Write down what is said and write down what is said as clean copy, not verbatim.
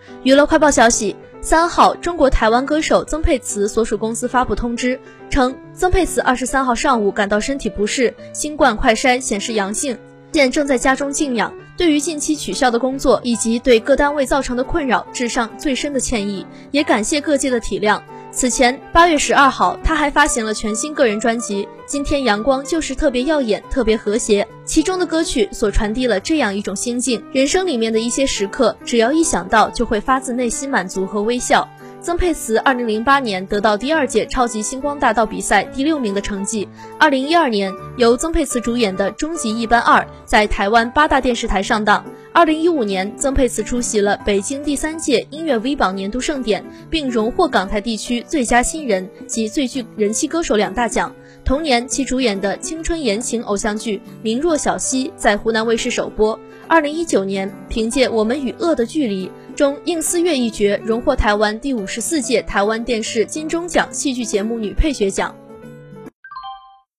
娱乐快报消息，3号，中国台湾歌手曾沛慈所属公司发布通知，称曾沛慈23号上午感到身体不适，新冠快筛显示阳性，现正在家中静养。对于近期取消的工作以及对各单位造成的困扰，致上最深的歉意，也感谢各界的体谅。此前8月12号，他还发行了全新个人专辑《今天阳光就是特别耀眼，特别和谐》，其中的歌曲所传递了这样一种心境：人生里面的一些时刻，只要一想到就会发自内心满足和微笑。曾沛慈2008年得到第2届超级星光大道比赛第6名的成绩。2012年，由曾沛慈主演的《终极一班2》在台湾8大电视台上档。2015年，曾沛慈出席了北京第3届音乐 V 榜年度盛典，并荣获港台地区最佳新人及最具人气歌手2大奖。同年，其主演的青春言情偶像剧《明若晓溪》在湖南卫视首播。2019年，凭借《我们与恶的距离》中应思月一角，荣获台湾第54届台湾电视金钟奖戏剧节目女配角奖。